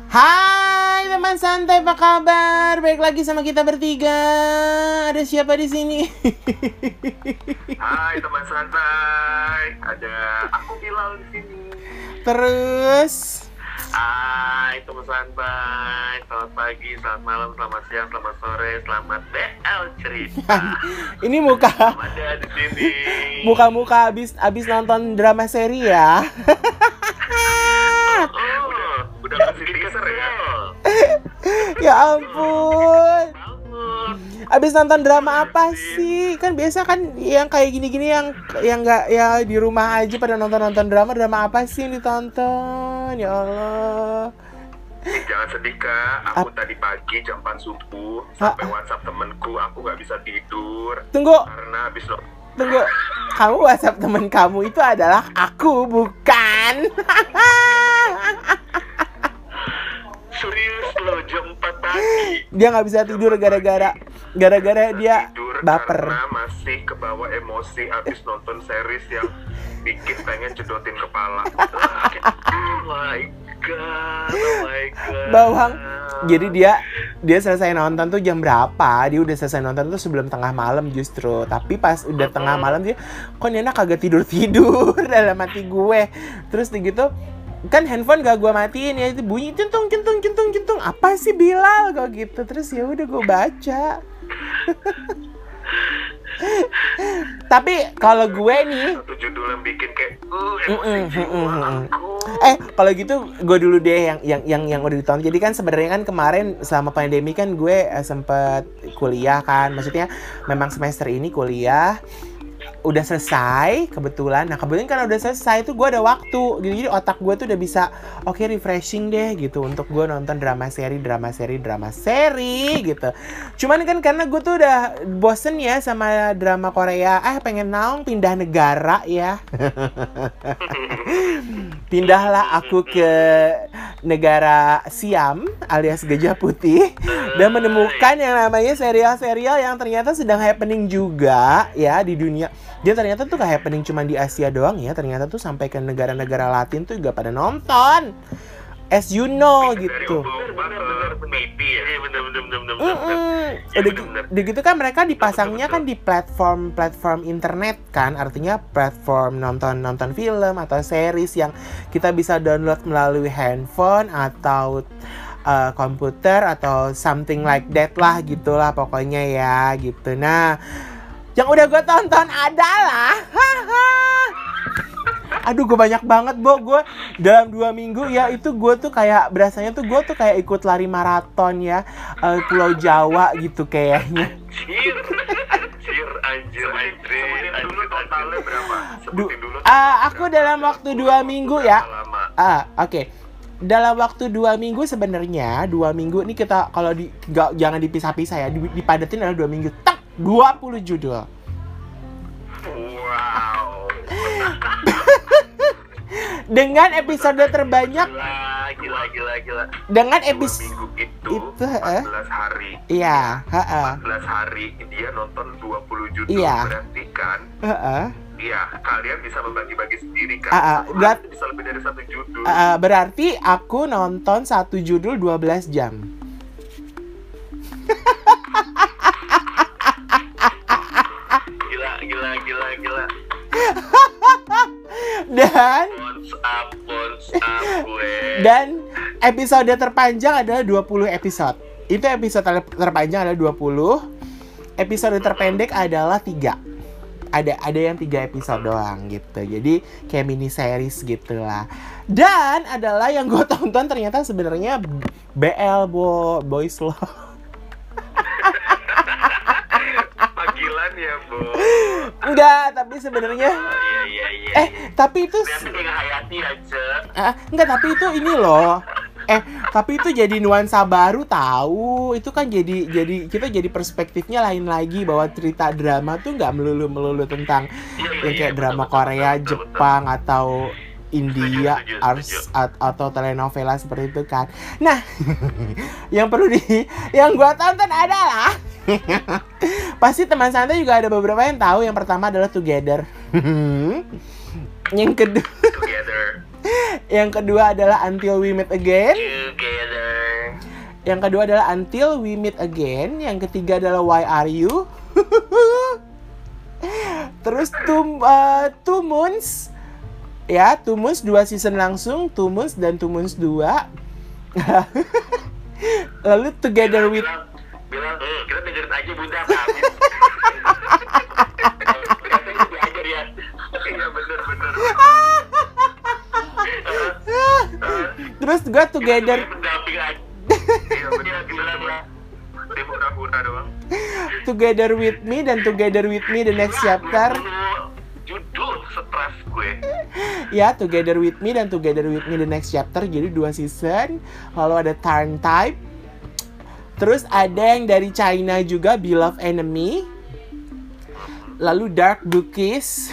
Hai teman santai, apa kabar? Balik lagi sama kita bertiga. Ada siapa di sini? Hai teman santai, ada aku Bilal di sini. Terus, Hai teman santai, selamat pagi, selamat malam, selamat siang, selamat sore, selamat BL cerita. ini muka Ada di sini. muka abis nonton drama seri ya. Udah kasih teaser ya. Ya ampun. Bangun. Abis nonton drama apa sih? Kan biasa kan yang kayak gini-gini yang nggak ya di rumah aja pada nonton drama apa sih yang ditonton? Ya Allah. Jangan sedih Kak, aku tadi pagi jam 4 subuh sampai WhatsApp temenku, aku gak bisa tidur Tunggu. karena habis Tunggu, kamu WhatsApp teman kamu itu adalah aku, bukan? serius loh, jam 4 pagi. Dia nggak bisa tidur gara-gara dia Tidur baper. karena masih kebawa emosi abis nonton series yang bikin pengen jedotin kepala. Oh my god, oh my god. Bawang. Jadi dia selesai nonton tuh jam berapa? Dia udah selesai nonton tuh sebelum tengah malam justru. Tapi pas udah tengah malam dia, kok Nena kagak tidur dalam hati gue. Terus gitu kan handphone gak gue matiin ya, itu bunyi centung. Apa sih Bilal kok gitu. Terus ya udah gue baca. Tapi kalau gue nih Satu judul yang bikin kayak emosi jiwa aku. kalau gitu gue dulu deh yang udah ditonton. Jadi kan sebenarnya kan kemarin selama pandemi kan gue sempet kuliah kan. Maksudnya memang semester ini kuliah udah selesai kebetulan. Nah kebetulan karena udah selesai tuh gue ada waktu gitu. Jadi otak gue tuh udah bisa oke, refreshing deh gitu untuk gue nonton drama seri gitu. Cuman kan karena gue tuh udah bosen ya sama drama Korea, pengen naung pindah negara ya. Pindahlah aku ke negara Siam alias Gajah Putih dan menemukan yang namanya serial-serial yang ternyata sedang happening juga ya di dunia. Dia ternyata tuh gak happening cuma di Asia doang ya, ternyata tuh sampai ke negara-negara Latin tuh juga pada nonton. As you know gitu. Udah gitu kan mereka dipasangnya kan di platform internet kan, artinya platform nonton film atau series yang kita bisa download melalui handphone atau komputer atau something like that lah gitulah pokoknya ya gitu. Nah yang udah gue tonton adalah aduh gue banyak banget gue dalam 2 minggu ya itu gue tuh kayak berasanya tuh gue tuh kayak ikut lari maraton ya Pulau Jawa gitu kayaknya. Anjir. Dulu totalnya berapa? Sebutin dulu. Aku dalam waktu 2 minggu ya. Oke. Dalam waktu 2 minggu sebenarnya 2 minggu ini kita kalau jangan dipisah-pisah ya, dipadatin adalah 2 minggu. 20 judul. Wow. Dengan episode terbanyak. Gila. Dengan 2 episode minggu itu 14 hari. Iya, 14 hari dia nonton 20 judul. Iya. Berarti kan iya, kalian bisa membagi-bagi sendiri kan. Bisa lebih dari 1 judul. Berarti aku nonton 1 judul 12 jam. Gila. Dan episode terpanjang adalah 20 episode. Itu episode terpanjang adalah 20. Episode terpendek adalah 3. Ada yang 3 episode doang gitu. Jadi kayak mini series gitu lah. Dan adalah yang gue tonton ternyata sebenarnya BL Boys Love. Panggilan ya, Bu. Enggak, tapi sebenarnya Iya. Tapi itu Hayati aja. enggak, tapi itu ini loh. Tapi itu jadi nuansa baru tahu. Itu kan jadi kita jadi perspektifnya lain lagi bahwa cerita drama tuh nggak melulu tentang yang kayak drama Korea, Jepang atau India atau telenovela seperti itu kan. Nah, yang gua tonton adalah pasti teman santai juga ada beberapa yang tahu. Yang pertama adalah Together. Yang kedua adalah Until We Meet Again. Together. Yang kedua adalah Until We Meet Again. Yang ketiga adalah Why Are You? Terus Two Moons. Ya, Two Moons 2 season langsung, Two Moons dan Two Moons 2. Lalu Together With bilang kita dengerin aja Bunda habis. Katanya diajar ya. Iya bener. Terus gue Together Together With Me dan Together With Me The Next Chapter. Judul stres gue. Ya, Together With Me dan Together With Me The Next Chapter. Jadi 2 season. Lalu ada Turn Type. Terus ada yang dari China juga, Beloved Enemy. Lalu Dark Bookies.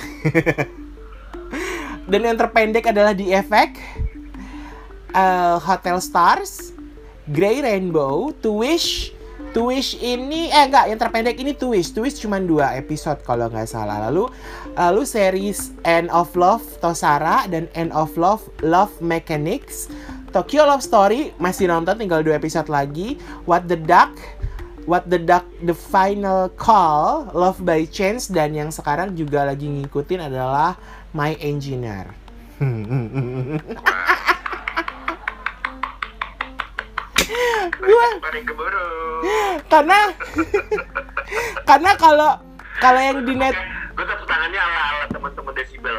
Dan yang terpendek adalah The Effect, Hotel Stars, Grey Rainbow, To Wish. To Wish ini, yang terpendek ini To Wish. To Wish cuma 2 episode kalau nggak salah. Lalu series End of Love Tosara dan End of Love Love Mechanics. Tokyo Love Story masih nonton, tinggal 2 episode lagi. What the Duck, The Final Call, Love by Chance, dan yang sekarang juga lagi ngikutin adalah My Engineer. Karena kalau yang di net, gue tepuk tangannya ala teman-teman Desibel.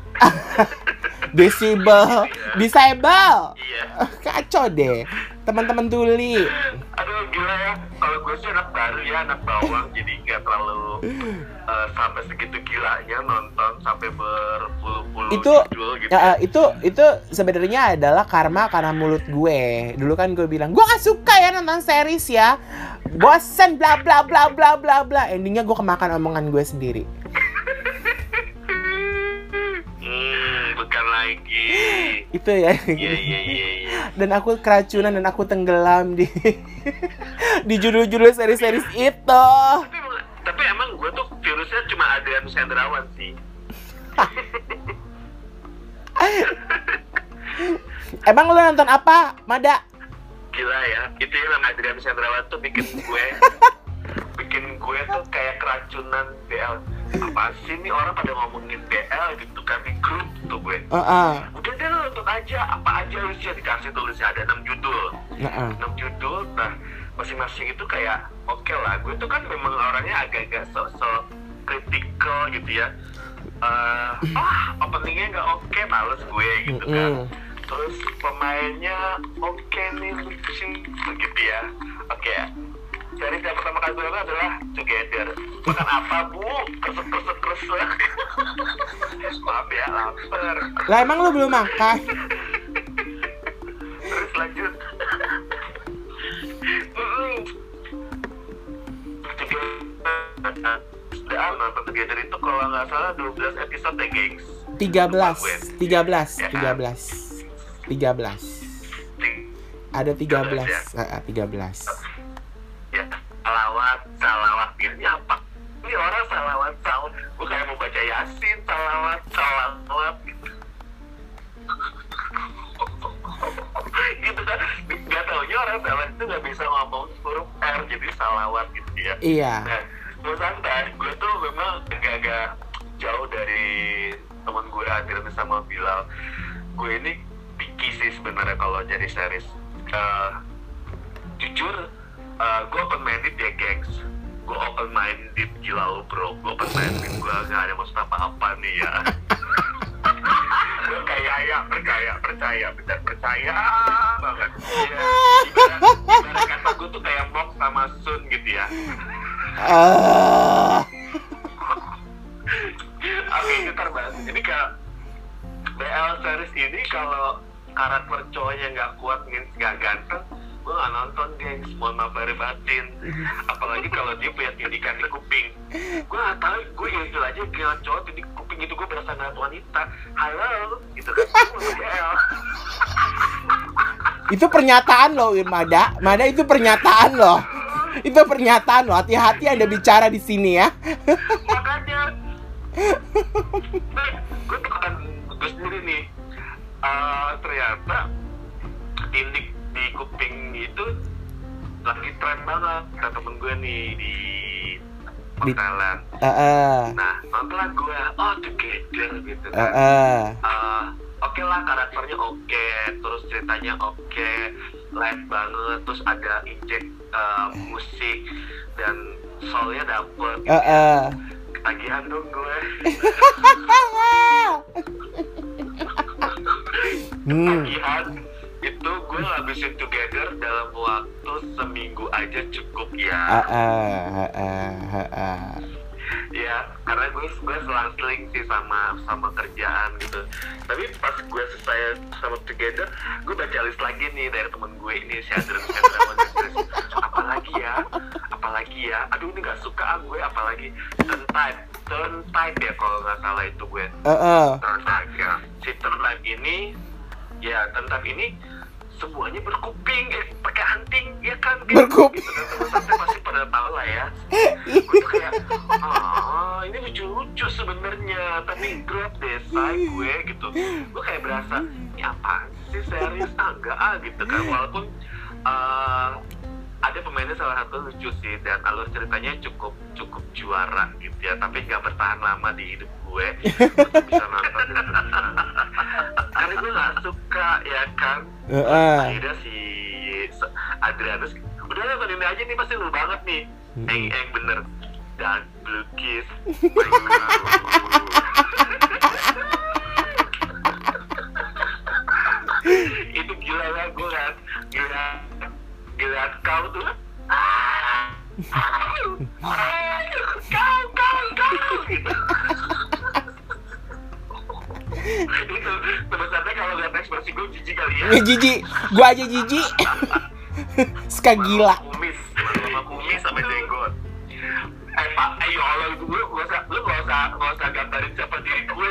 Disable. Iya. Kacau deh, teman-teman Tuli. Aduh gila ya, kalau gue sih anak baru ya, anak bawang, jadi nggak terlalu sampai segitu gilanya nonton sampai berpuluh-puluh judul gitu. Itu sebenarnya adalah karena mulut gue. Dulu kan gue bilang gue gak suka ya nonton series ya, bosen bla bla bla bla bla bla. Endingnya gue kemakan omongan gue sendiri. Bukan lagi. Itu ya. Iya. Dan aku keracunan dan aku tenggelam di judul-judul series-series itu. Tapi emang gue tuh virusnya cuma Adrian Sendrawan sih. Emang lo nonton apa, Mada? Gila ya, itu yang nama Adrian Sendrawan tuh bikin gue tuh kayak keracunan BL. Apa sih nih orang pada ngomongin BL gitu kan di grup tuh gue. Udah deh lo nonton aja, apa aja usia dikasih tulisnya ada 6 judul. 6 judul, nah masing-masing itu kayak oke lah. Gue tuh kan memang orangnya agak-agak sok-sok kritikal gitu ya. Openingnya nggak oke, males gue gitu kan. Terus pemainnya oke nih, lucu begitu ya. Oke. Series yang pertama kali gue nonton adalah Together. Makan apa bu? Kresek. Maaf ya, lapar. Lah emang lo belum makan? Terus lanjut. Udah nonton Together itu kalau nggak salah 12 episode ya gengs. 13. Ada 13. Ya? 13. Ya, salawat ini apa? Ini orang salawat. Gue kayak mau baca Yasin, salawat gitu. Gitu kan, gak taunya orang salawat itu gak bisa ngomong huruf R, jadi salawat gitu ya. Iya. Nah, gue santai, gue tuh memang agak jauh dari teman gue Adrian sama Bilal. Gue ini picky sih sebenarnya kalau jadi series. Jujur, gue open minded ya gengs. Gue open minded, gila lo bro. Gue open minded, gue gak ada maksud apa-apa nih ya. Gue kayak percaya banget ya. Ibarat kata gue tuh kayak Mok sama Sun gitu ya. Oke, itu terbahas. Jadi kalau BL series ini kalau karakter cowoknya nggak kuat, nggak ganteng, gue nggak nonton gengs, mohon maaf lahir batin. Apalagi kalau dia punya tindikan di kuping. Gue nggak tahu, gue ilfil aja dengan cowok tindik kuping itu, gue berasa ngeliat wanita. Halo, gitu kan, gue BL. Itu pernyataan loh, Mada itu pernyataan loh. Itu pernyataan loh. Hati-hati Anda bicara di sini ya. Makanya, gue tekan gue sendiri nih. Ternyata tindik di kuping itu lagi tren banget kata temen gue nih di Thailand. Nah nontonlah gue, oh Together gitu kan. Oke lah, karakternya oke, terus ceritanya oke, live banget, terus ada injek musik dan soulnya dapet. Ketagihan dong gue. Ketagihan itu gue ngabisin Together dalam waktu seminggu aja cukup ya. Ya karena gue selang-seling sih sama kerjaan gitu. Tapi pas gue selesai sama Together, gue baca list lagi nih dari temen gue ini, si Adrian Sendrawan. Apalagi ya, aduh ini gak suka gue, apalagi Turn Type ya kalau nggak salah itu gue. Turn Type ya. Si Turn Type ini semuanya berkuping, pakai anting, ya kan? Berkuping. Gitu, teman-teman pasti pada tahu lah ya. Gue tuh kayak, ini lucu-lucu sebenarnya, tapi grab deh say gue gitu. Gue kayak berasa, ini apaan sih serius? Enggak gitu kan. Walaupun ada pemainnya salah satu lucu sih, dan alur ceritanya cukup juara gitu ya. Tapi nggak bertahan lama di hidup gue untuk bisa nonton itu. Karena gue nggak suka ya kan. Akhirnya si Adrianus udah nonton ini aja nih, pasti lu banget nih. Yang bener dan Blue Kiss. Itu gila lah gue kan. Gila kau tuh. Kau gitu. Itu sebenarnya kalau lihat ekspresi gue jijik kali ya. Jijik, gue aja jijik. Suka gila. Sama kumis sama jenggot. Pak, ayo Allah itu lu gak usah gambarin siapa diri gue.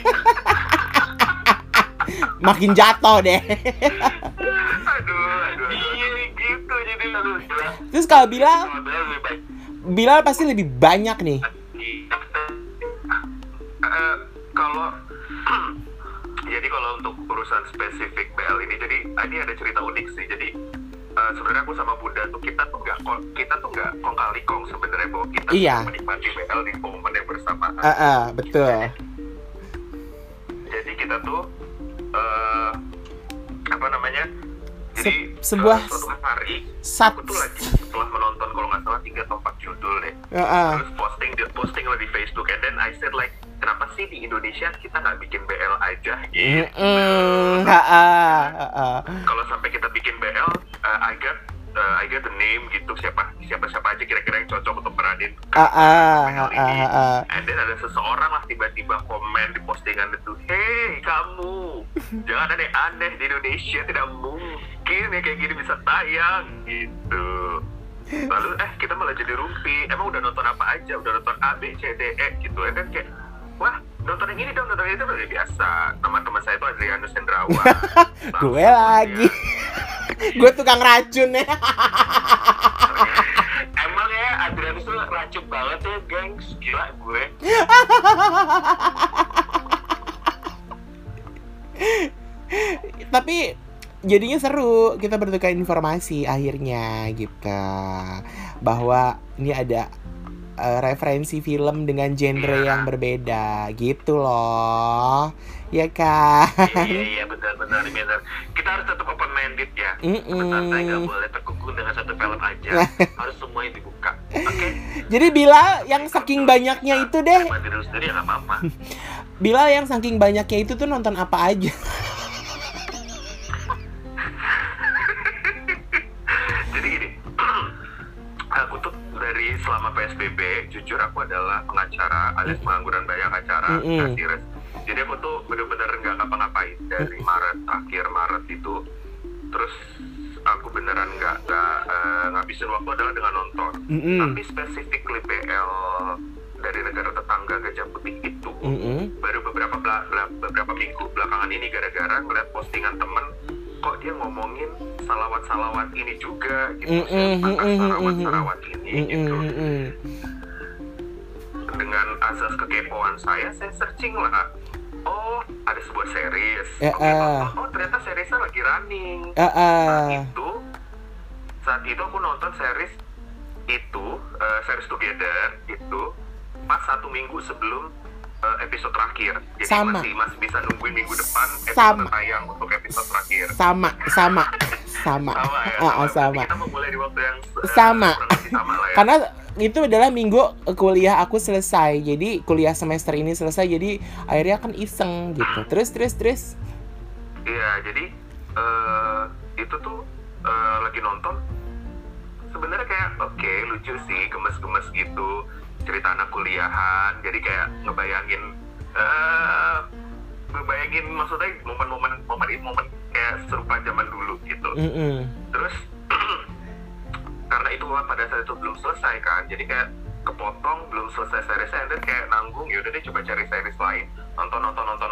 Makin jatuh deh. Aduh. Iya gitu jadi aduh. Terus kalau Bilal pasti lebih banyak nih. Kalau untuk urusan spesifik BL ini, jadi ini ada cerita unik sih. Jadi sebenarnya aku sama Bunda tuh kita tuh nggak kong kali kong sebenarnya, bahwa kita menikmati BL di momen yang bersamaan. Betul. Jadi kita tuh Jadi sebuah suatu hari aku tuh lagi setelah menonton kalau nggak salah 3 atau 4 judul deh. Terus posting di Facebook, and then I said like, kenapa sih di Indonesia kita nggak bikin BL aja gitu. Kalau sampai kita bikin BL, I got the name gitu, siapa aja kira-kira yang cocok untuk meranin BL ini. And then ada seseorang lah tiba-tiba komen di postingan itu, hey kamu jangan aneh-aneh, di Indonesia tidak mungkin ya kayak gini bisa tayang gitu. Lalu kita malah jadi rumpi, emang udah nonton apa aja, udah nonton A, B, C, D, E gitu. And then kayak, wah nonton yang ini dong, nonton yang itu udah biasa. Nama teman saya itu Adrianus Sendrawan. Gue lagi. Gue tukang racun ya. Emang ya Adrianus tuh racun banget ya gengs, gila gue. Tapi jadinya seru, kita bertukar informasi akhirnya gitu, bahwa ini ada referensi film dengan genre yang berbeda gitu loh, ya kan? Iya benar. Kita harus tetap open minded ya. Santai, nggak boleh terkungkung dengan satu film aja. Harus semuanya dibuka. Oke? Jadi Bilal yang saking banyaknya itu deh. Diri sendiri ya nggak apa-apa. Bilal yang saking banyaknya itu tuh nonton apa aja? Jadi gini, aku tuh dari selama PSBB, jujur aku adalah pengacara alias pengangguran bayang acara Kasires. Jadi aku tuh bener-bener nggak ngapa-ngapain dari akhir Maret itu. Terus aku beneran nggak ngabisin waktu adalah dengan nonton. Tapi specifically BL dari negara tetangga Gajah Putih itu baru beberapa minggu belakangan ini gara-gara ngeliat postingan temen, kok dia ngomongin salawat ini juga gitu, sarawat ini gitu. Dengan asas kekepoan saya searching lah. Oh, ada sebuah series. Oh, ternyata seriesnya lagi running. Nah, itu saat itu aku nonton series itu, series Together itu pas 1 minggu sebelum episode terakhir. Jadi Sama. masih bisa nungguin minggu depan Sama. episode tayang untuk episode terakhir. Sama Sama ya. Sama. Kita memulai di waktu yang Sama. kurang lebih sama lah ya. Karena itu adalah minggu kuliah aku selesai. Jadi kuliah semester ini selesai. Jadi akhirnya kan iseng gitu. Terus. Iya, jadi itu tuh lagi nonton. Sebenarnya kayak oke, lucu sih, gemes-gemes gitu. Cerita anak kuliahan. Jadi kayak ngebayangin maksudnya momen kayak serupa zaman dulu gitu. Terus karena itu pada saat itu belum selesai kan, jadi kayak kepotong belum selesai seriesnya, dan kayak nanggung, yaudah deh coba cari series lain, nonton.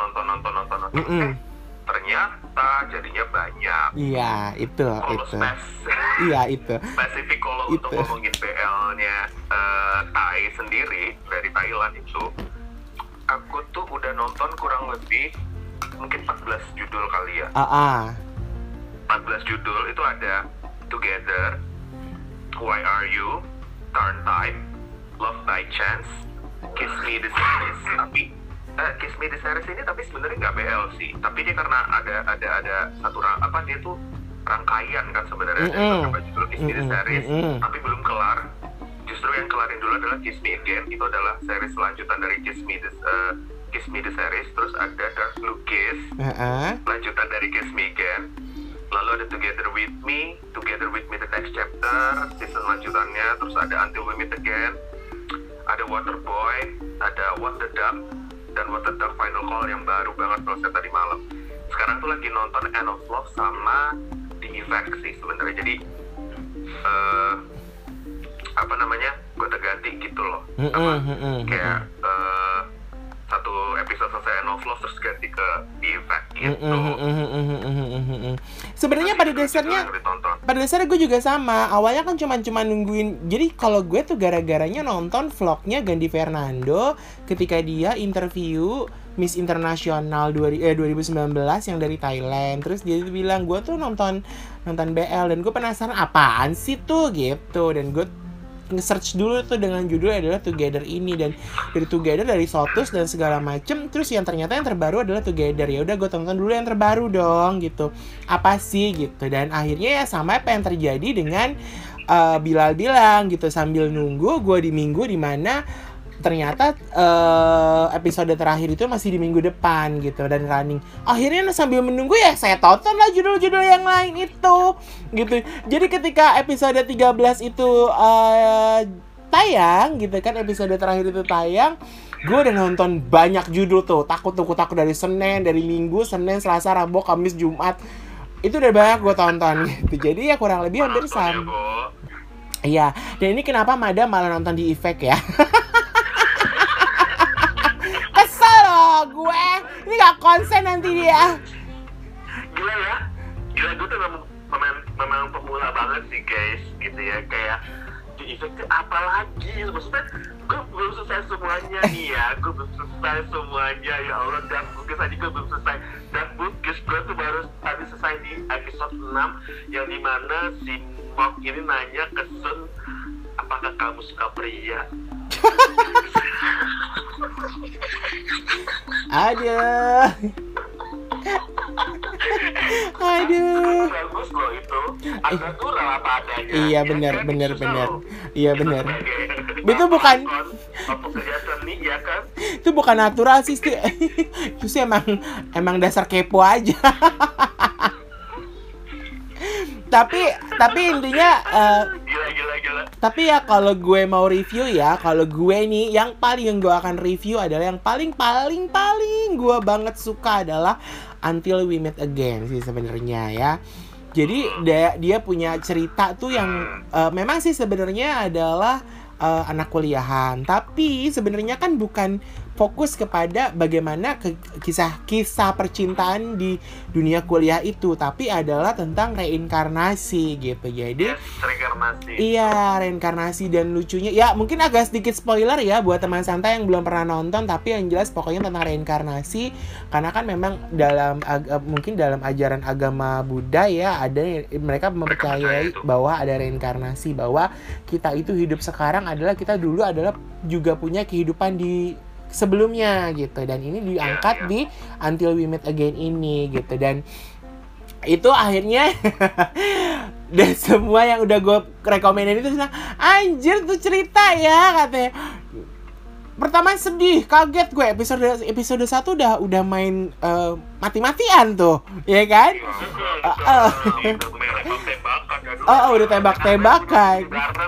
Ternyata jadinya banyak. Iya, itu. Iya, itu. Spesifik kalau untuk ngomongin BL-nya Thai sendiri dari Thailand itu, aku tuh udah nonton kurang lebih mungkin 14 judul kali ya. 14 judul itu ada Together, Why Are You, Turn Time, Love by Chance, Kiss Me the Series. Tapi Kiss Me the Series ini tapi sebenarnya nggak BL sih. Tapi dia karena ada satu dia tuh rangkaian kan sebenarnya dari beberapa judul Kiss Me the Series, tapi belum kelar. Justru yang kelarin dulu adalah Kiss Me Again. Itu adalah series selanjutan dari Kiss Me the Series. Terus ada Dark Blue Kiss, lanjutan dari Kiss Me Again. Lalu ada Together With Me the Next Chapter, season lanjutannya. Terus ada Until We Meet Again, ada Waterboy, ada What the Duck, dan What the Duck Final Call yang baru banget selesai tadi malam. Sekarang tuh lagi nonton End of Love sama The Effect sih sebenarnya. Jadi gue terganti gitu loh. Kayak satu episode selesai End of Love terus ganti ke The Effect gitu. Sebenarnya pada dasarnya gue juga sama. Awalnya kan cuma nungguin. Jadi kalau gue tuh gara-garanya nonton vlognya Gandhi Fernando ketika dia interview Miss International 2019 yang dari Thailand. Terus dia tuh bilang, gue tuh nonton BL dan gue penasaran apaan sih tuh gitu. Dan gue nge-search dulu tuh dengan judul adalah Together ini, dan dari Together dari Sotus dan segala macem. Terus yang ternyata yang terbaru adalah Together. Ya udah gue tonton dulu yang terbaru dong gitu. Apa sih gitu. Dan akhirnya ya sama apa yang terjadi dengan Bilal bilang gitu, sambil nunggu gue di minggu dimana ternyata episode terakhir itu masih di minggu depan gitu dan running. Akhirnya sambil menunggu ya saya tonton lah judul-judul yang lain itu gitu. Jadi ketika episode 13 itu tayang gitu kan, episode terakhir itu tayang, gue udah nonton banyak judul tuh. Takut dari Senin, dari Minggu, Senin, Selasa, Rabu, Kamis, Jumat. Itu udah banyak gue tonton gitu. Jadi ya kurang lebih hampir sama. Iya, dan ini kenapa Mada malah nonton di Effect ya? Kesel loh gue. Ini gak konsen nanti dia. Gila ya. Gila, gue tuh memang pemula banget sih guys. Gitu ya. Kayak di Effect apa lagi? Maksudnya gue belum selesai semuanya nih ya. Gue belum selesai semuanya. Ya Allah, Dark Bookies aja gue belum selesai. Dark Bookies gue tuh baru tadi selesai di episode 6, yang dimana si Mok ini nanya ke Sun, apakah kamu suka pria? Aduh. Bagus loh itu. Natural apa adanya. Iya benar. Iya benar. Itu bukan kerja seni ya kan? Itu bukan natural sih. Itu sih emang dasar kepo aja. Tapi intinya gila. Tapi ya kalau gue mau review ya, kalau gue nih yang gue akan review adalah yang paling gue banget suka adalah Until We Meet Again sih sebenarnya ya. Jadi dia punya cerita tuh yang memang sih sebenarnya adalah anak kuliahan, tapi sebenarnya kan bukan fokus kepada bagaimana kisah percintaan di dunia kuliah itu, tapi adalah tentang reinkarnasi gitu. Jadi reinkarnasi. Iya, reinkarnasi. Dan lucunya ya mungkin agak sedikit spoiler ya buat teman santai yang belum pernah nonton, tapi yang jelas pokoknya tentang reinkarnasi. Karena kan memang mungkin dalam ajaran agama Buddha ya ada mereka mempercayai bahwa ada reinkarnasi, bahwa kita itu hidup sekarang adalah kita dulu adalah juga punya kehidupan di sebelumnya gitu, dan ini diangkat di Until We Meet Again ini gitu. Dan itu akhirnya dan semua yang udah gue rekomenin itu bilang, anjir tuh cerita ya katanya. Pertama sedih, kaget gue, episode 1 udah main mati-matian tuh, ya kan? Udah tembak-tembakan.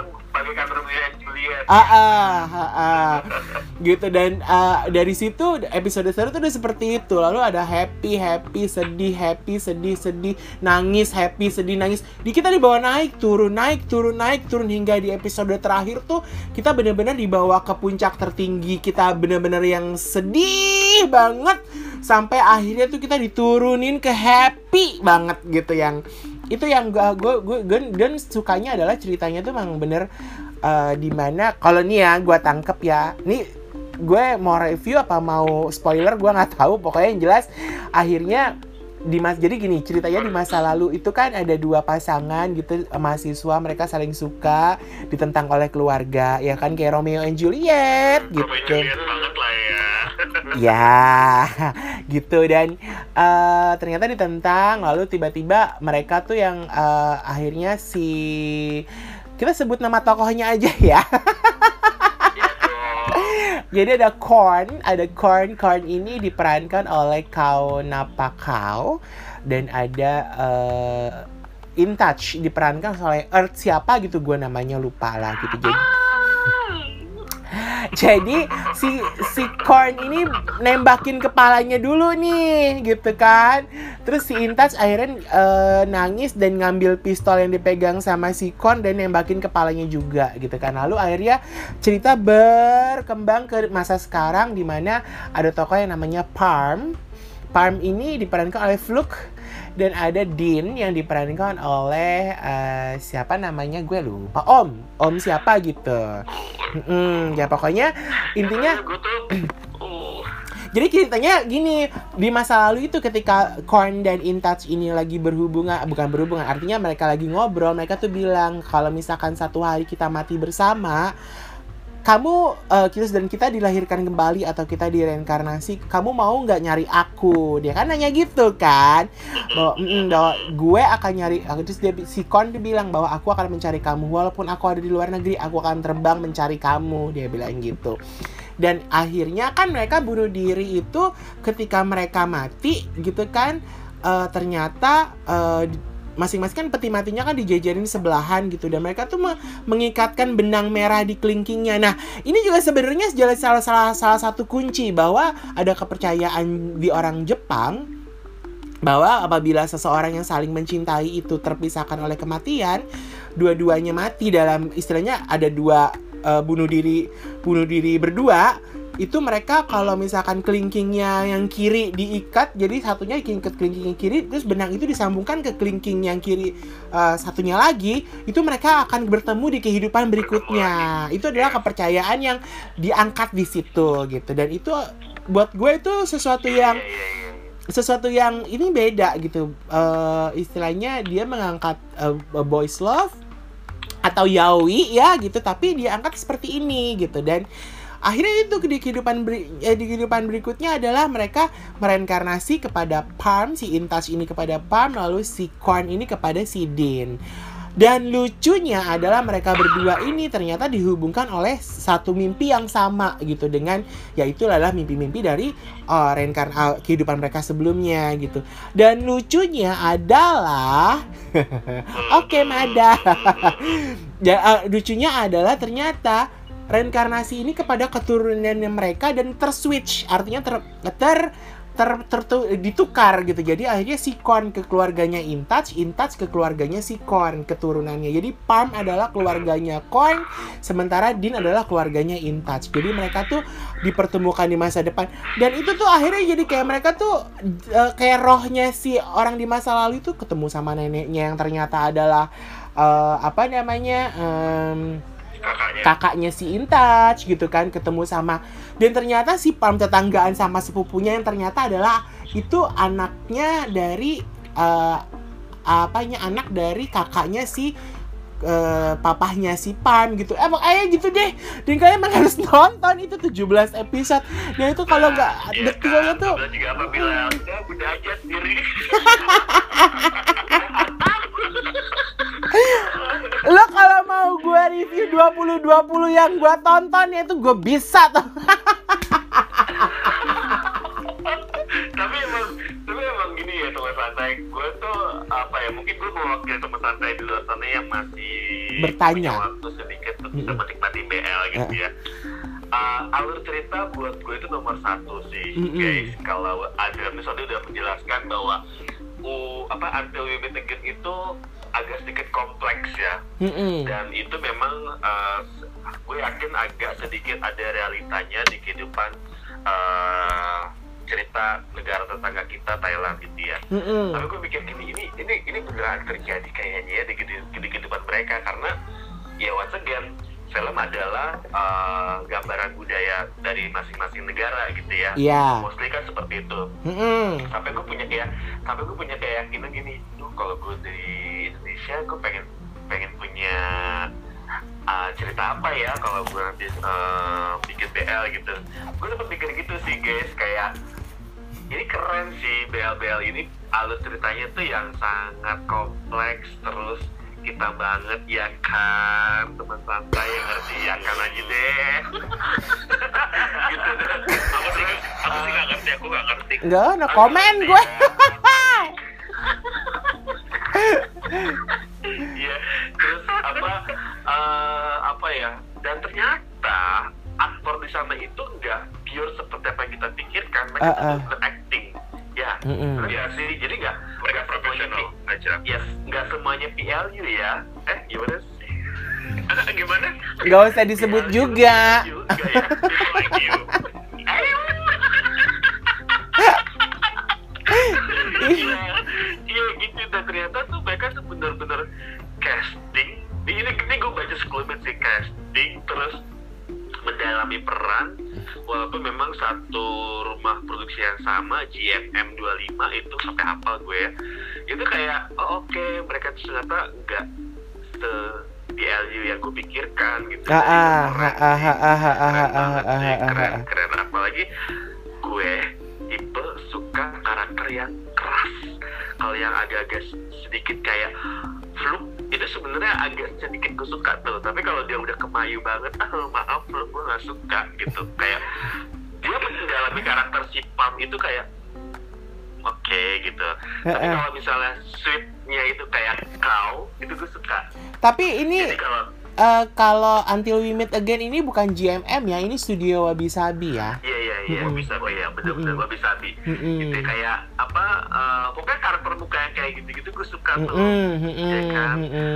Gitu. Dan dari situ episode 1 tuh udah seperti itu. Lalu ada happy, sedih, nangis, happy, sedih, nangis. Kita dibawa naik turun hingga di episode terakhir tuh kita benar-benar dibawa ke puncak tertinggi. Kita benar-benar yang sedih banget sampai akhirnya tuh kita diturunin ke happy banget gitu. Yang itu yang gue dan sukanya adalah ceritanya tuh memang bener dimana kalau nih ya gue tangkep ya, nih gue mau review apa mau spoiler gue nggak tahu, pokoknya yang jelas akhirnya jadi gini ceritanya, di masa lalu itu kan ada 2 pasangan gitu mahasiswa, mereka saling suka, ditentang oleh keluarga ya kan, kayak Romeo and Juliet gitu. Romeo and Juliet banget lah ya. Ya gitu. Dan ternyata ditentang, lalu tiba-tiba mereka tuh yang akhirnya kita sebut nama tokohnya aja ya. Jadi ada Korn ini diperankan oleh Kao Napakau, dan ada In Touch diperankan oleh Earth siapa gitu, gue namanya lupa lah gitu. Jadi si Korn ini nembakin kepalanya dulu nih gitu kan. Terus si In Touch akhirnya nangis dan ngambil pistol yang dipegang sama si Korn dan nembakin kepalanya juga gitu kan. Lalu akhirnya cerita berkembang ke masa sekarang di mana ada tokoh yang namanya Parm. Parm ini diperankan oleh Fluke, dan ada Dean yang diperankan oleh siapa namanya gue lupa, Om siapa gitu. Ya pokoknya intinya jadi ceritanya gini, di masa lalu itu ketika Korn dan In Touch ini lagi bukan berhubungan, artinya mereka lagi ngobrol, mereka tuh bilang kalau misalkan satu hari kita mati bersama, kamu kita dilahirkan kembali atau kita direinkarnasi, kamu mau nggak nyari aku? Dia kan nanya gitu kan, bahwa gue akan nyari. Terus si Korn bilang bahwa aku akan mencari kamu walaupun aku ada di luar negeri, aku akan terbang mencari kamu. Dia bilang gitu. Dan akhirnya kan mereka bunuh diri itu ketika mereka mati gitu kan. Ternyata masing-masing kan peti matinya kan dijajarin sebelahan gitu, dan mereka tuh mengikatkan benang merah di kelingkingnya. Nah ini juga sebenarnya salah satu kunci bahwa ada kepercayaan di orang Jepang bahwa apabila seseorang yang saling mencintai itu terpisahkan oleh kematian, dua-duanya mati, dalam istilahnya ada 2 bunuh diri berdua. Itu mereka kalau misalkan kelingkingnya yang kiri diikat, jadi satunya diikat kelingking yang kiri, terus benang itu disambungkan ke kelingking yang kiri satunya lagi, itu mereka akan bertemu di kehidupan berikutnya. Itu adalah kepercayaan yang diangkat di situ gitu. Dan itu buat gue itu sesuatu yang ini beda gitu. Istilahnya dia mengangkat boys love atau yaoi ya gitu, tapi diangkat seperti ini gitu. Dan akhirnya itu di kehidupan berikutnya adalah mereka mereinkarnasi kepada Parm, si In Touch ini kepada Parm, lalu si Korn ini kepada si Dean. Dan lucunya adalah mereka berdua ini ternyata dihubungkan oleh satu mimpi yang sama gitu, dengan yaitu adalah mimpi-mimpi dari kehidupan mereka sebelumnya gitu. Dan lucunya adalah lucunya adalah ternyata reinkarnasi ini kepada keturunannya mereka dan terswitch, artinya ditukar gitu. Jadi akhirnya si Kon ke keluarganya Intouch ke keluarganya si Kon keturunannya. Jadi Palm adalah keluarganya Kon, sementara Dean adalah keluarganya Intouch. Jadi mereka tuh dipertemukan di masa depan. Dan itu tuh akhirnya jadi kayak mereka tuh kayak rohnya si orang di masa lalu itu ketemu sama neneknya yang ternyata adalah kakaknya si Intouch gitu kan, ketemu sama, dan ternyata si Palm tetanggaan sama sepupunya yang ternyata adalah itu anaknya dari anak dari kakaknya si papahnya si Palm gitu. Emang gitu deh. Dan kalian emang harus nonton itu 17 episode. Dan itu kalau nggak detailnya tuh juga apa bilang udah aja sendiri. Lo kalau mau gue review 2020 yang gue tonton ya itu gue bisa tuh. tapi emang gini ya teman santai, gue tuh apa ya, mungkin gue mewakili teman santai di luar sana yang masih bertanya punya waktu sedikit untuk bisa menikmati BL gitu ya. Alur cerita buat gue itu nomor 1 sih, guys. Kalau ada misalnya udah menjelaskan bahwa Until We Meet Again itu agak sedikit kompleks ya, dan itu memang gue yakin agak sedikit ada realitanya di kehidupan cerita negara tetangga kita, Thailand gitu ya. Tapi gue pikir ini beneran terjadi kayaknya ya di kehidupan mereka, karena ya once again film adalah gambaran budaya dari masing-masing negara gitu ya. Mostly kan seperti itu. Sampai gue punya keyakinan gini, kalau gue dari Indonesia gue pengen punya cerita apa ya kalau gue nanti bikin BL gitu. Gue sempet pikir gitu sih guys, kayak ini keren sih BL ini, alur ceritanya tuh yang sangat kompleks, terus kita banget ya kan, teman santai yang ngerti ya kan aja deh. Gitu deh. Aku sih nggak ngerti, aku nggak ngerti. Nggak, no komen gue. Iya, terus apa ya? Dan ternyata aktor di sana itu nggak pure seperti apa yang kita pikirkan, mereka tuh acting. Ya, ya sih. Jadi mereka profesional aja. Yes, nggak semuanya PLU ya. Gimana sih? Gimana? Nggak usah disebut juga. Ya. Like you. Iya gitu, dan ternyata tuh mereka tuh bener-bener casting. Ini gue baca sekelibat sih, casting terus mendalami peran, walaupun memang satu rumah produksi yang sama, GMM 25 itu sampai hafal gue ya. Itu kayak oke, mereka tuh ternyata nggak se-PLU yang gue pikirkan gitu. Keren. Apalagi gue tipe suka karakter yang keras. Kalau yang agak-agak sedikit kayak Fluk itu sebenarnya agak sedikit gue suka tuh, tapi kalau dia udah kemayu banget, maaf Fluk, gue nggak suka gitu. Kayak dia mendalami karakter si Palm itu kayak oke gitu. Tapi kalau misalnya sweetnya itu kayak kau, itu gue suka. Tapi ini jadi kalau Until We Meet Again ini bukan GMM ya, ini Studio Wabi Sabi ya. Iya, bener-bener Wabi Sabi. Itu kayak pokoknya karakter muka yang kayak gitu-gitu gue suka tuh. Ya kan,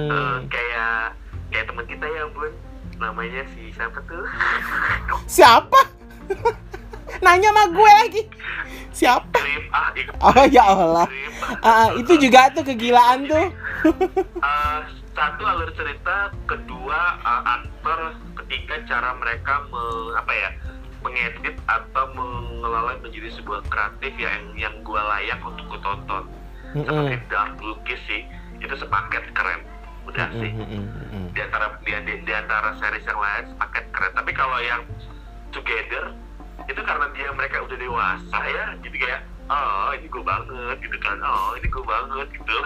kayak teman kita ya Bun, namanya si siapa tuh? Siapa? Nanya sama gue lagi. Siapa? Oh ya Allah. Itu juga tuh kegilaan tuh. Satu alur cerita, kedua aktor, ketiga cara mereka mengedit atau mengelola menjadi sebuah kreatif yang gue layak untuk gue tonton. Seperti Dark Lukis sih, itu sepaket keren. Udah sih. Di antara series yang lain sepaket keren. Tapi kalau yang Together itu karena mereka udah dewasa ya, jadi kayak ini gue banget gitu kan, ini gue banget gitu.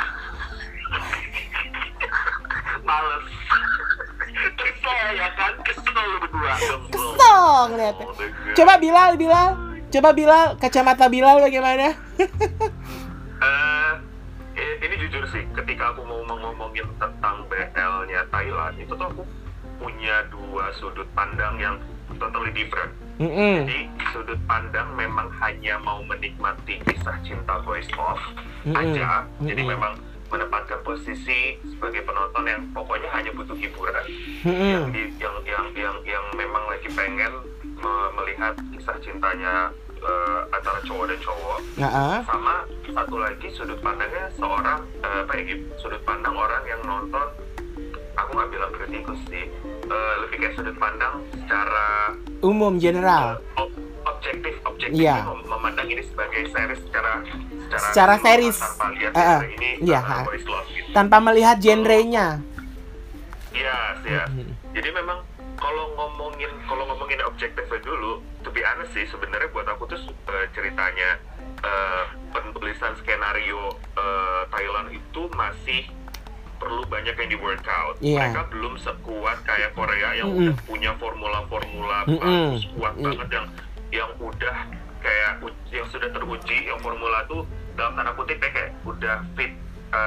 Males. Kesel ya kan, kesel lu berdua. Kesel ngeliatnya. Coba Bilal, kacamata Bilal bagaimana? Ini jujur sih, ketika aku mau ngomongin tentang BL-nya Thailand, itu tuh aku punya dua sudut pandang yang totally different. Mm-mm. Jadi sudut pandang memang hanya mau menikmati kisah cinta boys love aja. Jadi memang menempatkan posisi sebagai penonton yang pokoknya hanya butuh hiburan, yang memang lagi pengen melihat kisah cintanya antara cowok dan cowok. Sama satu lagi sudut pandangnya seorang sudut pandang orang yang nonton, aku nggak bilang kritikus sih, lebih kayak sudut pandang secara umum, general, objektif memandang ini sebagai series secara series tanpa lihat ini boys love gitu. Tanpa melihat genrenya. Yes. Jadi memang kalau ngomongin objektifnya dulu, to be honest sih, sebenarnya buat aku tuh ceritanya penulisan skenario Thailand itu masih perlu banyak yang di workout. Mereka belum sekuat kayak Korea yang udah punya formula bagus, kuat banget, yang udah kayak yang sudah teruji, yang formula tuh dalam tanda kutip kayak udah fit,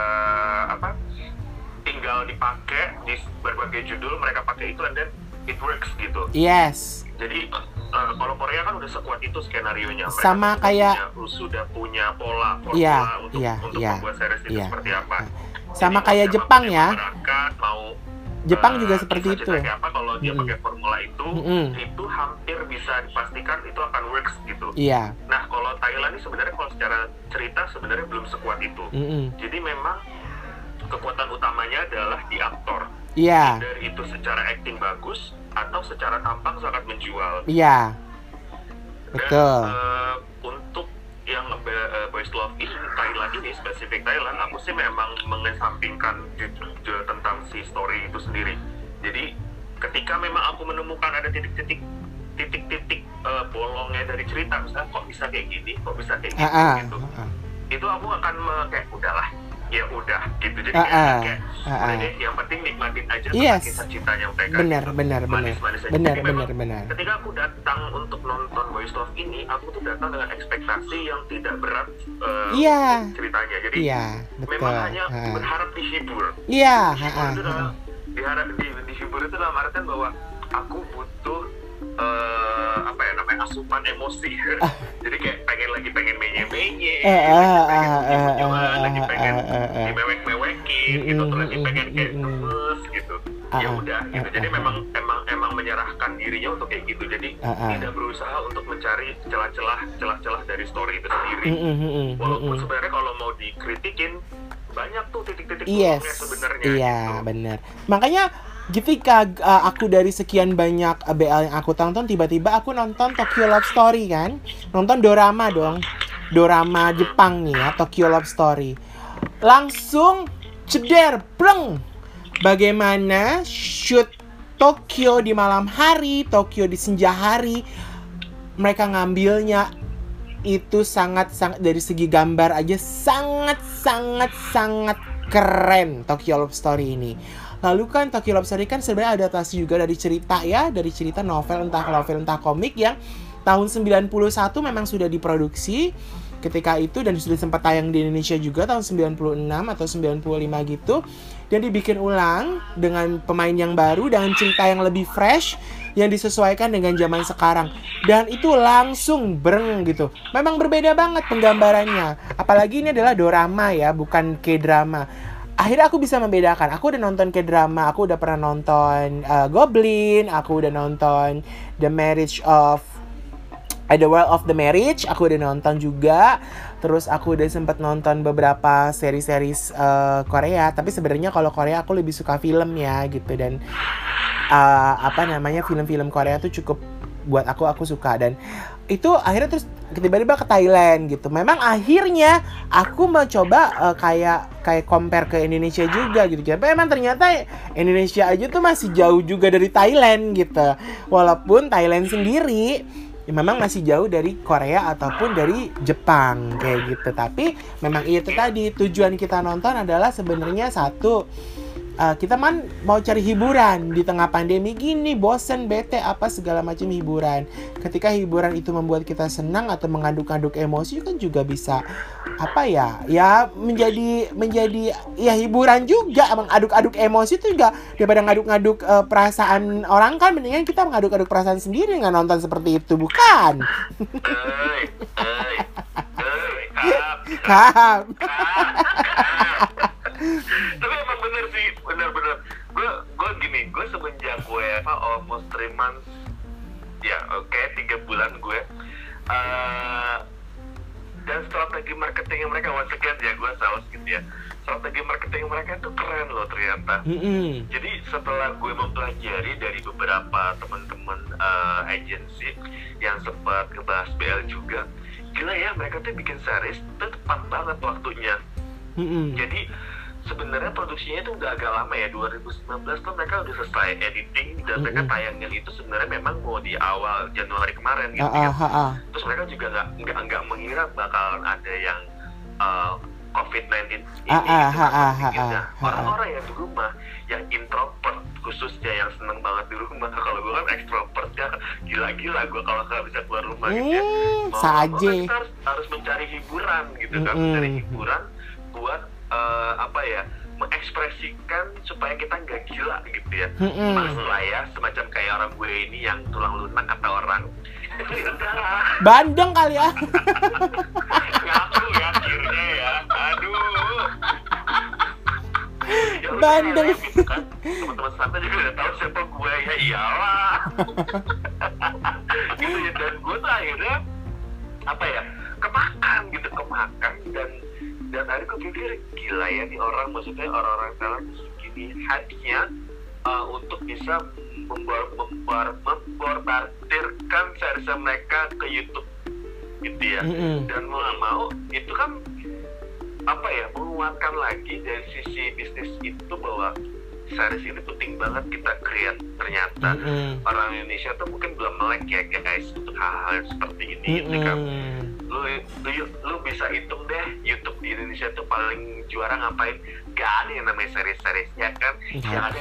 tinggal dipakai di berbagai judul, mereka pakai itu and then it works gitu. Yes. Jadi kalau Korea kan udah sekuat itu skenarionya. Mereka sama kayak sudah punya formula untuk membuat series itu seperti apa. Sama jadi, kayak Jepang ya. Jepang juga seperti itu. Kayak apa kalau dia pakai formula itu hampir bisa dipastikan itu akan works gitu. Iya. Nah kalau Thailand ini sebenarnya kalau secara cerita sebenarnya belum sekuat itu. Jadi memang kekuatan utamanya adalah di aktor. Iya. Dari itu secara acting bagus atau secara tampang sangat menjual. Iya. Betul. Dan untuk yang boys love ini Thailand ini, spesifik Thailand, aku sih memang mengesampingkan tentang si story itu sendiri. Jadi ketika memang aku menemukan ada titik-titik bolongnya dari cerita, misalnya kok bisa kayak gini, kok bisa kayak gitu, itu aku akan kayak udahlah, ya udah gitu. Jadi kayak yang penting nikmatin aja kisah cintanya mereka. Benar. Ketika aku datang untuk nonton Boys Love ini, aku tuh datang dengan ekspektasi yang tidak berat ceritanya. Jadi memang hanya berharap dihibur. Dihibur itu dalam artian bahwa aku butuh asupan emosi. Jadi kayak pengen menye-menye, lagi pengen dimewek-mewekin gitu, atau lagi pengen kayak gemes gitu. Ya udah gitu. Jadi memang menyerahkan dirinya untuk kayak gitu. Jadi tidak berusaha untuk mencari celah-celah dari story itu sendiri. Walaupun sebenarnya kalau mau dikritikin banyak tuh titik-titik bolongnya sebenarnya. Gitu. Benar. Makanya ketika aku dari sekian banyak BL yang aku tonton, tiba-tiba aku nonton Tokyo Love Story kan. Nonton dorama dong. Dorama Jepang nih ya, Tokyo Love Story. Langsung ceder, pleng. Bagaimana shoot Tokyo di malam hari, Tokyo di senja hari. Mereka ngambilnya itu sangat dari segi gambar aja sangat keren Tokyo Love Story ini. Lalu kan Tokyo Love Story kan sebenarnya adaptasi juga dari cerita ya, dari cerita novel entah komik yang tahun 91 memang sudah diproduksi ketika itu dan sudah sempat tayang di Indonesia juga tahun 96 atau 95 gitu. Dan dibikin ulang dengan pemain yang baru, dengan cerita yang lebih fresh, yang disesuaikan dengan zaman sekarang. Dan itu langsung breng gitu. Memang berbeda banget penggambarannya. Apalagi ini adalah dorama ya, bukan K-drama. Akhirnya aku bisa membedakan. Aku udah nonton K-drama, aku udah pernah nonton Goblin, aku udah nonton The World of the Marriage, aku udah nonton juga. Terus aku udah sempat nonton beberapa seri-series Korea. Tapi sebenarnya kalau Korea aku lebih suka film ya gitu. Dan film-film Korea tuh cukup buat aku suka. Dan itu akhirnya terus tiba-tiba ke Thailand gitu. Memang akhirnya aku mencoba kayak compare ke Indonesia juga gitu. Tapi emang ternyata Indonesia aja tuh masih jauh juga dari Thailand gitu. Walaupun Thailand sendiri memang masih jauh dari Korea ataupun dari Jepang kayak gitu. Tapi memang itu tadi tujuan kita nonton adalah sebenarnya satu, kita mau cari hiburan di tengah pandemi gini, bosen, bete, apa segala macam hiburan. Ketika hiburan itu membuat kita senang atau mengaduk-aduk emosi kan juga bisa apa ya menjadi ya hiburan juga, emang aduk-aduk emosi tuh juga daripada ngaduk-ngaduk perasaan orang kan mendingan kita mengaduk-aduk perasaan sendiri nggak nonton seperti itu bukan? Kap. Tapi emang bener sih, bener-bener gue gini, gue semenjak gue almost 3 months ya, oke, 3 bulan gue dan strategi marketing mereka, once again ya gue sales gitu ya, strategi marketing mereka itu keren loh ternyata. Jadi setelah gue mempelajari dari beberapa teman-teman agency yang sempat ngebahas BL juga, gila ya, mereka tuh bikin series tuh tepat banget waktunya. Jadi sebenarnya produksinya itu udah agak lama ya, 2019 tuh mereka udah selesai editing dan mereka tayangnya itu sebenarnya memang mau di awal Januari kemarin gitu ya. Terus mereka juga nggak mengira bakalan ada yang COVID-19 ini gitu. Orang-orang yang di rumah, yang introvert khususnya, yang seneng banget di rumah. Kalau gue kan extrovert ya, gila-gila gue kalau nggak bisa keluar rumah gitu ya. Kita harus mencari hiburan gitu kan, mencari hiburan buat mengekspresikan supaya kita nggak gila gitu ya. Mas lah ya, semacam kayak orang gue ini yang tulang lunak kata orang. Bandeng kali ya. Ngaku ya akhirnya ya. Aduh. Ya, Bandeng. Gitu kan. Teman-teman santai juga udah tahu siapa gue, ya iyalah. Gitu ya, dan gue tuh akhirnya kemakan dan akhirnya gue pikir gila ya nih orang, maksudnya orang-orang talent segini hype-nya untuk bisa memborbardirkan series mereka ke YouTube gitu ya. Dan mau gak mau itu kan menguatkan lagi dari sisi bisnis itu bahwa series ini penting banget kita create. Ternyata orang Indonesia tuh mungkin belum melek ya guys untuk hal-hal seperti ini gitu kan. Lu bisa hitung deh YouTube di Indonesia tuh paling juara ngapain? Gak ada yang namanya series-seriesnya kan. Yang ada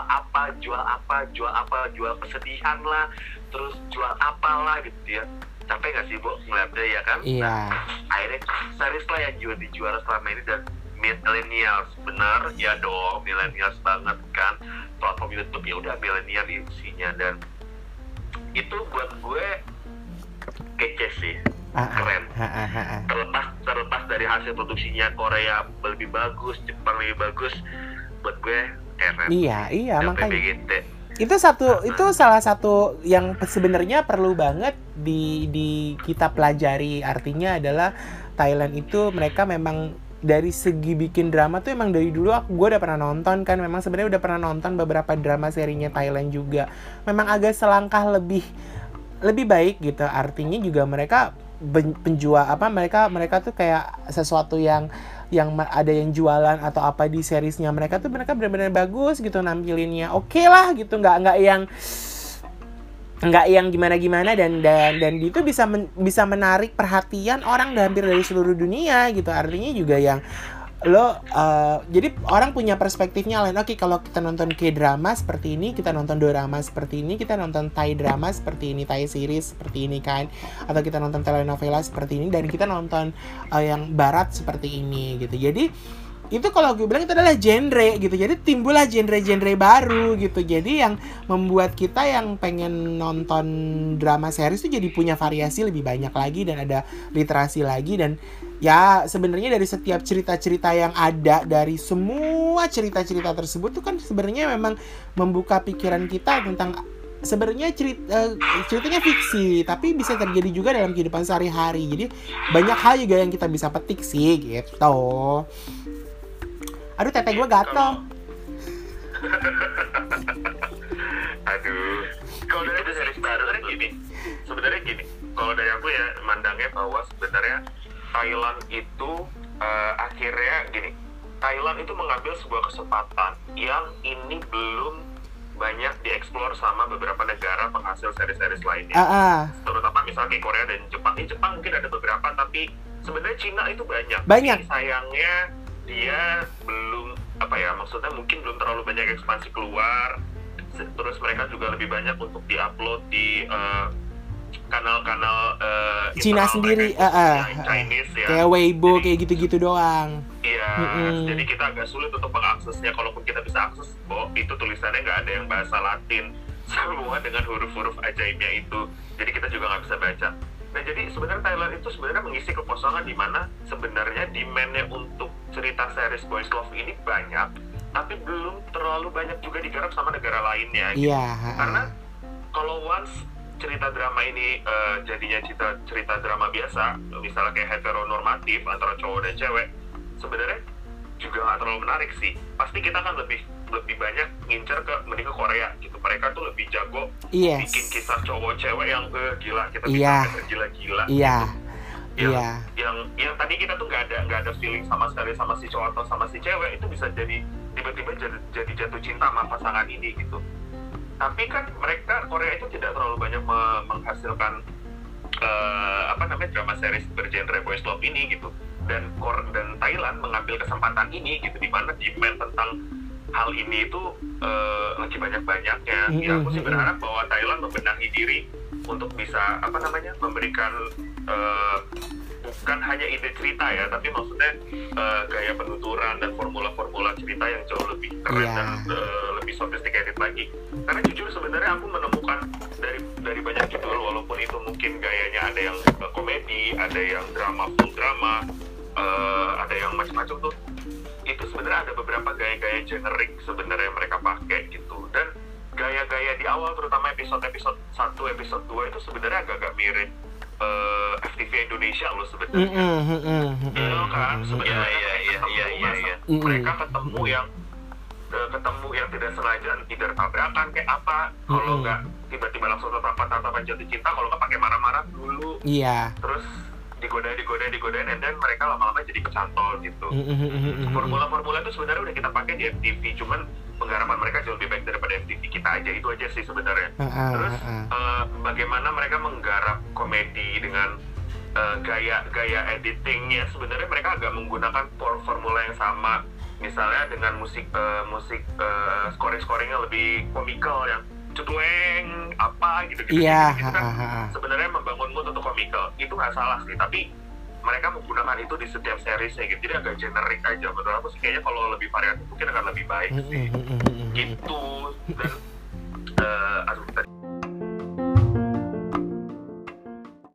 jual kesedihan lah, terus jual apalah gitu ya. Capek gak sih Bu ngeliatnya ya kan? Iya. Akhirnya series lah yang juara selama ini, dan millennials, bener ya dong, millennials banget kan. Platform YouTube ya udah millennial isinya, dan itu buat gue kece sih, keren. Terlepas dari hasil produksinya Korea lebih bagus, Jepang lebih bagus, buat gue keren. Iya makanya. Itu salah satu yang sebenarnya perlu banget di kita pelajari. Artinya adalah Thailand itu mereka memang dari segi bikin drama tuh emang dari dulu gue udah pernah nonton kan, memang sebenarnya udah pernah nonton beberapa drama serinya Thailand juga. Memang agak selangkah lebih baik gitu. Artinya juga mereka penjual mereka tuh kayak sesuatu yang ada yang jualan atau apa di seriesnya mereka tuh mereka benar-benar bagus gitu nampilinnya, oke lah gitu, nggak yang gimana dan itu bisa menarik perhatian orang hampir dari seluruh dunia gitu. Artinya juga yang jadi orang punya perspektifnya lain. Oke, kalau kita nonton K-drama seperti ini, kita nonton dorama seperti ini, kita nonton Thai drama seperti ini, Thai series seperti ini kan, atau kita nonton telenovela seperti ini, dan kita nonton yang barat seperti ini gitu. Jadi itu kalau gue bilang itu adalah genre gitu. Jadi timbullah genre-genre baru gitu. Jadi yang membuat kita yang pengen nonton drama series itu jadi punya variasi lebih banyak lagi dan ada literasi lagi. Dan ya sebenarnya dari setiap cerita-cerita yang ada, dari semua cerita-cerita tersebut tuh kan sebenarnya memang membuka pikiran kita tentang sebenarnya ceritanya fiksi tapi bisa terjadi juga dalam kehidupan sehari-hari. Jadi banyak hal juga yang kita bisa petik sih gitu. Aduh, tete gue gatel. Aduh, kalau dari itu series baru sebenarnya gini. Kalau dari aku ya mandangnya bahwa sebenarnya Thailand itu akhirnya gini. Thailand itu mengambil sebuah kesempatan yang ini belum banyak dieksplor sama beberapa negara penghasil seri-seri lainnya. Terutama misalnya kayak Korea dan Jepang. Di Jepang mungkin ada beberapa, tapi sebenarnya Cina itu banyak. Tapi sayangnya dia belum maksudnya mungkin belum terlalu banyak ekspansi keluar. Terus mereka juga lebih banyak untuk diupload di kanal-kanal Cina internal sendiri, mereka yang Chinese ya. kayak Weibo Jadi, kayak gitu-gitu doang. iya, jadi kita agak sulit untuk mengaksesnya. Kalaupun kita bisa akses, itu tulisannya nggak ada yang bahasa Latin, semua dengan huruf-huruf ajaibnya itu. Jadi kita juga nggak bisa baca. Nah, jadi sebenarnya Thailand itu sebenarnya mengisi kekosongan di mana sebenarnya demand-nya untuk cerita series Boys Love ini banyak, tapi belum terlalu banyak juga digarap sama negara lainnya. Gitu. Iya. Karena kalau once cerita drama ini jadinya cerita drama biasa, misalnya kayak heteronormatif antara cowok dan cewek, sebenarnya juga nggak terlalu menarik sih. Pasti kita kan lebih banyak ngincer mending ke Korea gitu. Mereka tuh lebih jago bikin kisah cowok cewek yang gila, kita bisa gila-gila. Iya. Gitu. Yang tadi kita tuh nggak ada feeling sama sekali sama si cowok atau sama si cewek, itu bisa jadi tiba-tiba jadi jatuh cinta sama pasangan ini gitu. Tapi kan Korea itu tidak terlalu banyak menghasilkan drama series bergenre boys love ini gitu. Dan Thailand mengambil kesempatan ini gitu, di mana demand tentang hal ini itu lagi banyak-banyaknya. Ya aku sih berharap bahwa Thailand membenahi diri untuk bisa memberikan bukan hanya ide cerita ya, tapi maksudnya gaya penuturan dan formula-formula cerita yang jauh lebih keren dan lebih sophisticated lagi. Karena jujur sebenarnya aku menemukan dari banyak judul, walaupun itu mungkin gayanya ada yang komedi, ada yang drama, full drama, ada yang macam-macam tuh, itu sebenarnya ada beberapa gaya-gaya generik sebenarnya mereka pakai gitu. Dan gaya-gaya di awal, terutama episode 1, episode 2 itu sebenarnya agak-agak mirip FTV Indonesia loh sebenarnya. Kan sebenarnya mereka ketemu yang tidak sengaja, tidak tabrakan kayak apa, kalau nggak tiba-tiba langsung tatapan jatuh cinta, kalau nggak pakai marah-marah dulu, terus digodain, and then mereka lama-lama jadi kecantol gitu. Formula-formula itu sebenarnya udah kita pakai di FTV, cuman penggarapan mereka jauh lebih baik daripada FTV kita aja, itu aja sih sebenarnya. Terus bagaimana mereka menggarap komedi dengan gaya editingnya, sebenarnya mereka agak menggunakan formula yang sama, misalnya dengan musik scoringnya lebih komikal, yang cedueng apa gitu kan sebenarnya membangun mood untuk komikal, itu nggak salah sih, tapi mereka menggunakan itu di setiap seriesnya gitu, jadi agak generik aja. Menurut aku sih kayaknya kalau lebih variatif mungkin akan lebih baik sih gitu. Dan